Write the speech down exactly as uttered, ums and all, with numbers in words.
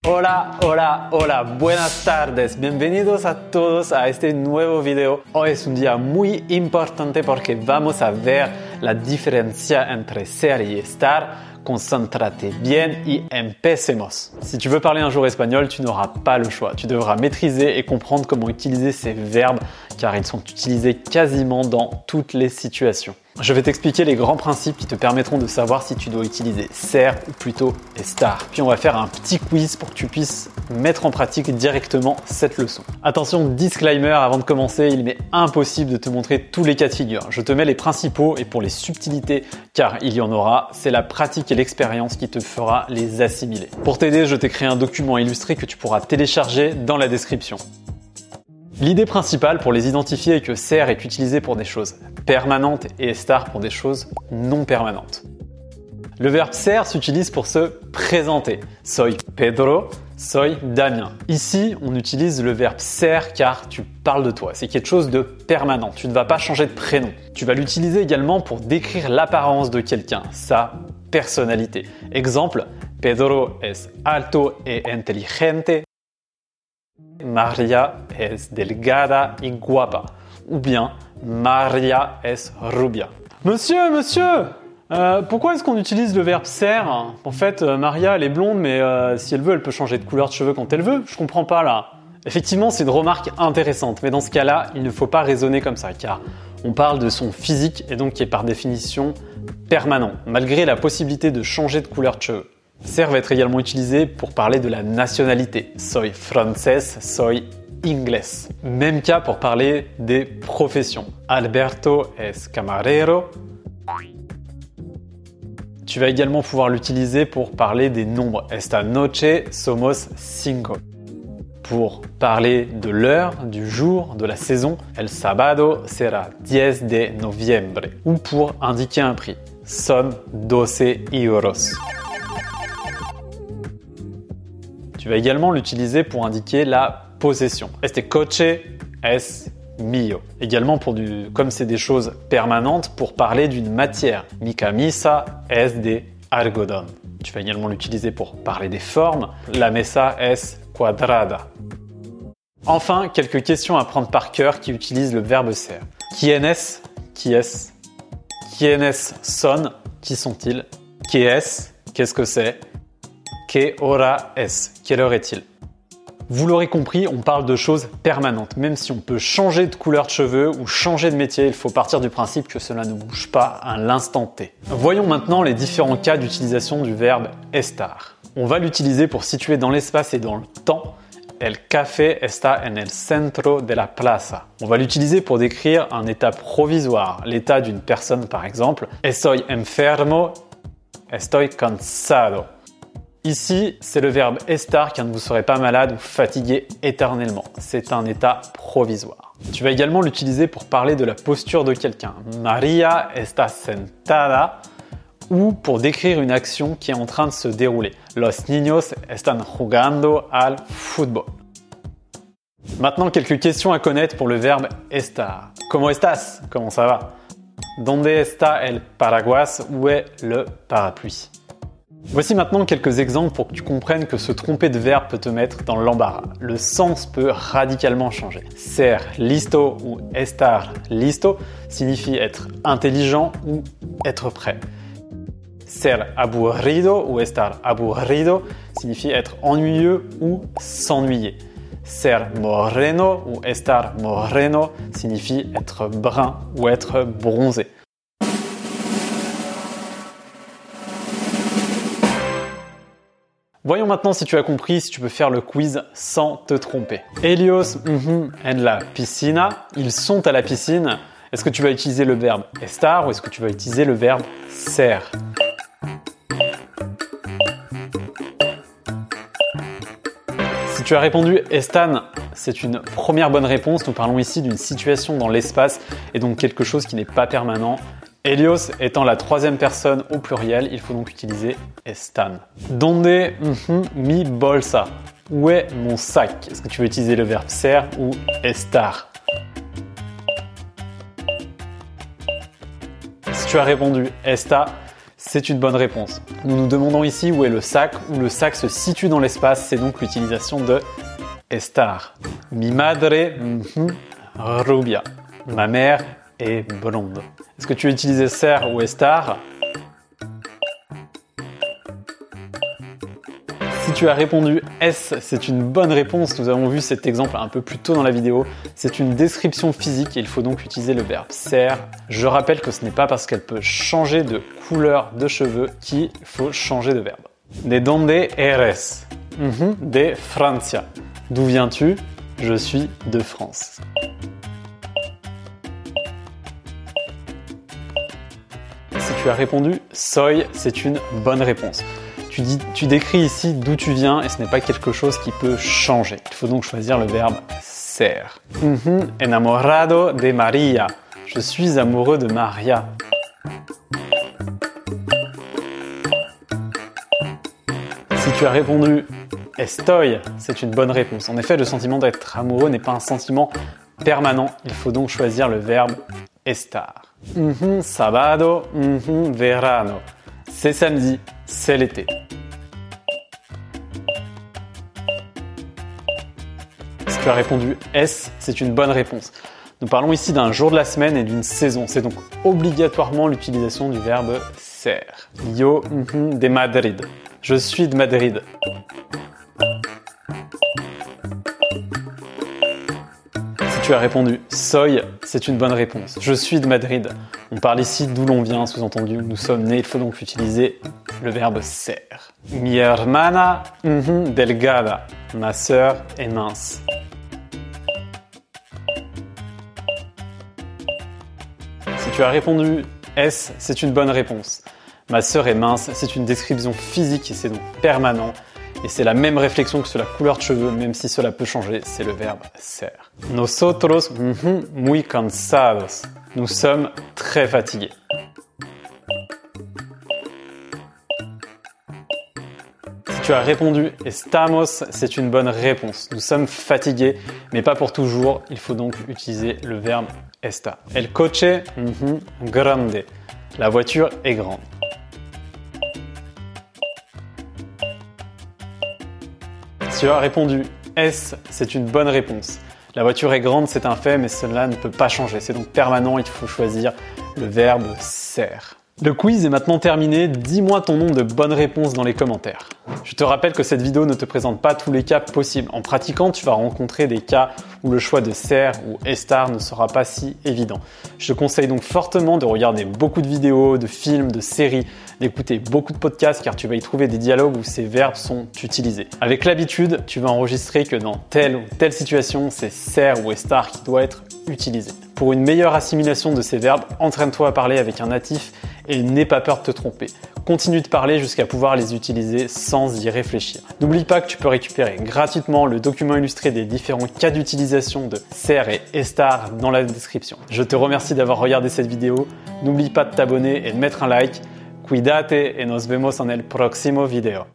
Hola, hola, hola, buenas tardes, bienvenidos a todos a este nuevo video. Hoy es un día muy importante porque vamos a ver la diferencia entre ser y estar. Concéntrate bien y empecemos. Si tu veux parler un jour espagnol, tu n'auras pas le choix. Tu devras maîtriser et comprendre comment utiliser ces verbes car ils sont utilisés quasiment dans toutes les situations. Je vais t'expliquer les grands principes qui te permettront de savoir si tu dois utiliser ser ou plutôt estar. Puis on va faire un petit quiz pour que tu puisses mettre en pratique directement cette leçon. Attention, disclaimer avant de commencer, il m'est impossible de te montrer tous les cas de figure. Je te mets les principaux et pour les subtilités, car il y en aura, c'est la pratique et l'expérience qui te fera les assimiler. Pour t'aider, je t'ai créé un document illustré que tu pourras télécharger dans la description. L'idée principale pour les identifier est que ser est utilisé pour des choses permanentes et estar pour des choses non permanentes. Le verbe ser s'utilise pour se présenter. Soy Pedro, soy Damien. Ici, on utilise le verbe ser car tu parles de toi. C'est quelque chose de permanent. Tu ne vas pas changer de prénom. Tu vas l'utiliser également pour décrire l'apparence de quelqu'un, sa personnalité. Exemple, Pedro es alto et inteligente. Maria es delgada y guapa. Ou bien Maria es rubia. Monsieur, monsieur, euh, pourquoi est-ce qu'on utilise le verbe ser? En fait, euh, Maria, elle est blonde, mais euh, si elle veut, elle peut changer de couleur de cheveux quand elle veut. Je comprends pas là. Effectivement, c'est une remarque intéressante, mais dans ce cas-là, il ne faut pas raisonner comme ça, car on parle de son physique et donc qui est par définition permanent, malgré la possibilité de changer de couleur de cheveux. Ser va être également utilisé pour parler de la nationalité. Soy francés, soy inglés. Même cas pour parler des professions. Alberto es camarero. Tu vas également pouvoir l'utiliser pour parler des nombres. Esta noche somos cinco. Pour parler de l'heure, du jour, de la saison. El sábado será diez de noviembre. Ou pour indiquer un prix. Son doce euros. Tu vas également l'utiliser pour indiquer la possession. Este coche es mío. Également, pour du, comme c'est des choses permanentes, pour parler d'une matière. Mi camisa es de algodón. Tu vas également l'utiliser pour parler des formes. La mesa es cuadrada. Enfin, quelques questions à prendre par cœur qui utilisent le verbe ser. Quiénes, qui est-ce? Quiénes son, qui sont-ils? ¿Qué es? Qu'est-ce que c'est? Que hora es? Quelle heure est-il? Vous l'aurez compris, on parle de choses permanentes. Même si on peut changer de couleur de cheveux ou changer de métier, il faut partir du principe que cela ne bouge pas à l'instant T. Voyons maintenant les différents cas d'utilisation du verbe estar. On va l'utiliser pour situer dans l'espace et dans le temps. El café está en el centro de la plaza. On va l'utiliser pour décrire un état provisoire, l'état d'une personne par exemple. Estoy enfermo, estoy cansado. Ici, c'est le verbe estar car ne vous serez pas malade ou fatigué éternellement. C'est un état provisoire. Tu vas également l'utiliser pour parler de la posture de quelqu'un. Maria está sentada ou pour décrire une action qui est en train de se dérouler. Los niños están jugando al fútbol. Maintenant, quelques questions à connaître pour le verbe estar. ¿Cómo estás? Comment ça va? ¿Dónde está el paraguas? Où est le parapluie? Voici maintenant quelques exemples pour que tu comprennes que se tromper de verbe peut te mettre dans l'embarras. Le sens peut radicalement changer. Ser listo ou estar listo signifie être intelligent ou être prêt. Ser aburrido ou estar aburrido signifie être ennuyeux ou s'ennuyer. Ser moreno ou estar moreno signifie être brun ou être bronzé. Voyons maintenant si tu as compris, si tu peux faire le quiz sans te tromper. Ellos mm-hmm, en la piscina. Ils sont à la piscine. Est-ce que tu vas utiliser le verbe estar ou est-ce que tu vas utiliser le verbe ser? Si tu as répondu estan, c'est une première bonne réponse. Nous parlons ici d'une situation dans l'espace et donc quelque chose qui n'est pas permanent. Ellos étant la troisième personne au pluriel, il faut donc utiliser están. Donde mm-hmm, mi bolsa? Où est mon sac? Est-ce que tu veux utiliser le verbe ser ou estar? Si tu as répondu esta, c'est une bonne réponse. Nous nous demandons ici où est le sac, où le sac se situe dans l'espace, c'est donc l'utilisation de estar. Mi madre mm-hmm, rubia. Ma mère est blonde. Est-ce que tu as utilisé ser ou estar? Si tu as répondu S, c'est une bonne réponse. Nous avons vu cet exemple un peu plus tôt dans la vidéo. C'est une description physique et il faut donc utiliser le verbe ser. Je rappelle que ce n'est pas parce qu'elle peut changer de couleur de cheveux qu'il faut changer de verbe. De donde eres? Mm-hmm. De Francia. D'où viens-tu? Je suis de France. Si tu as répondu soy, c'est une bonne réponse. Tu, dis, tu décris ici d'où tu viens et ce n'est pas quelque chose qui peut changer. Il faut donc choisir le verbe ser. Mm-hmm. Enamorado de Maria. Je suis amoureux de Maria. Si tu as répondu estoy, c'est une bonne réponse. En effet, le sentiment d'être amoureux n'est pas un sentiment permanent. Il faut donc choisir le verbe estar. Mm-hmm. Sábado, mm-hmm. Verano. C'est samedi, c'est l'été. Si tu as répondu S, c'est une bonne réponse. Nous parlons ici d'un jour de la semaine et d'une saison. C'est donc obligatoirement l'utilisation du verbe ser. Yo mm-hmm, de Madrid. Je suis de Madrid. Si tu as répondu soy, c'est une bonne réponse. Je suis de Madrid. On parle ici d'où l'on vient, sous-entendu où nous sommes nés. Il faut donc utiliser le verbe ser. Mi hermana mm-hmm, delgada. Ma sœur est mince. Si tu as répondu S, c'est une bonne réponse. Ma sœur est mince, c'est une description physique et c'est donc permanent. Et c'est la même réflexion que sur la couleur de cheveux, même si cela peut changer, c'est le verbe ser. Nosotros mm-hmm, muy cansados. Nous sommes très fatigués. Si tu as répondu estamos, c'est une bonne réponse. Nous sommes fatigués, mais pas pour toujours. Il faut donc utiliser le verbe estar. El coche mm-hmm, grande. La voiture est grande. Si tu as répondu S, c'est une bonne réponse. La voiture est grande, c'est un fait, mais cela ne peut pas changer. C'est donc permanent, il faut choisir le verbe ser. Le quiz est maintenant terminé. Dis-moi ton nombre de bonnes réponses dans les commentaires. Je te rappelle que cette vidéo ne te présente pas tous les cas possibles. En pratiquant, tu vas rencontrer des cas où le choix de ser ou estar ne sera pas si évident. Je te conseille donc fortement de regarder beaucoup de vidéos, de films, de séries, d'écouter beaucoup de podcasts car tu vas y trouver des dialogues où ces verbes sont utilisés. Avec l'habitude, tu vas enregistrer que dans telle ou telle situation, c'est ser ou estar qui doit être utilisé. Pour une meilleure assimilation de ces verbes, entraîne-toi à parler avec un natif et n'aie pas peur de te tromper. Continue de parler jusqu'à pouvoir les utiliser sans y réfléchir. N'oublie pas que tu peux récupérer gratuitement le document illustré des différents cas d'utilisation de ser et estar dans la description. Je te remercie d'avoir regardé cette vidéo. N'oublie pas de t'abonner et de mettre un like. Cuídate et nos vemos en el próximo video.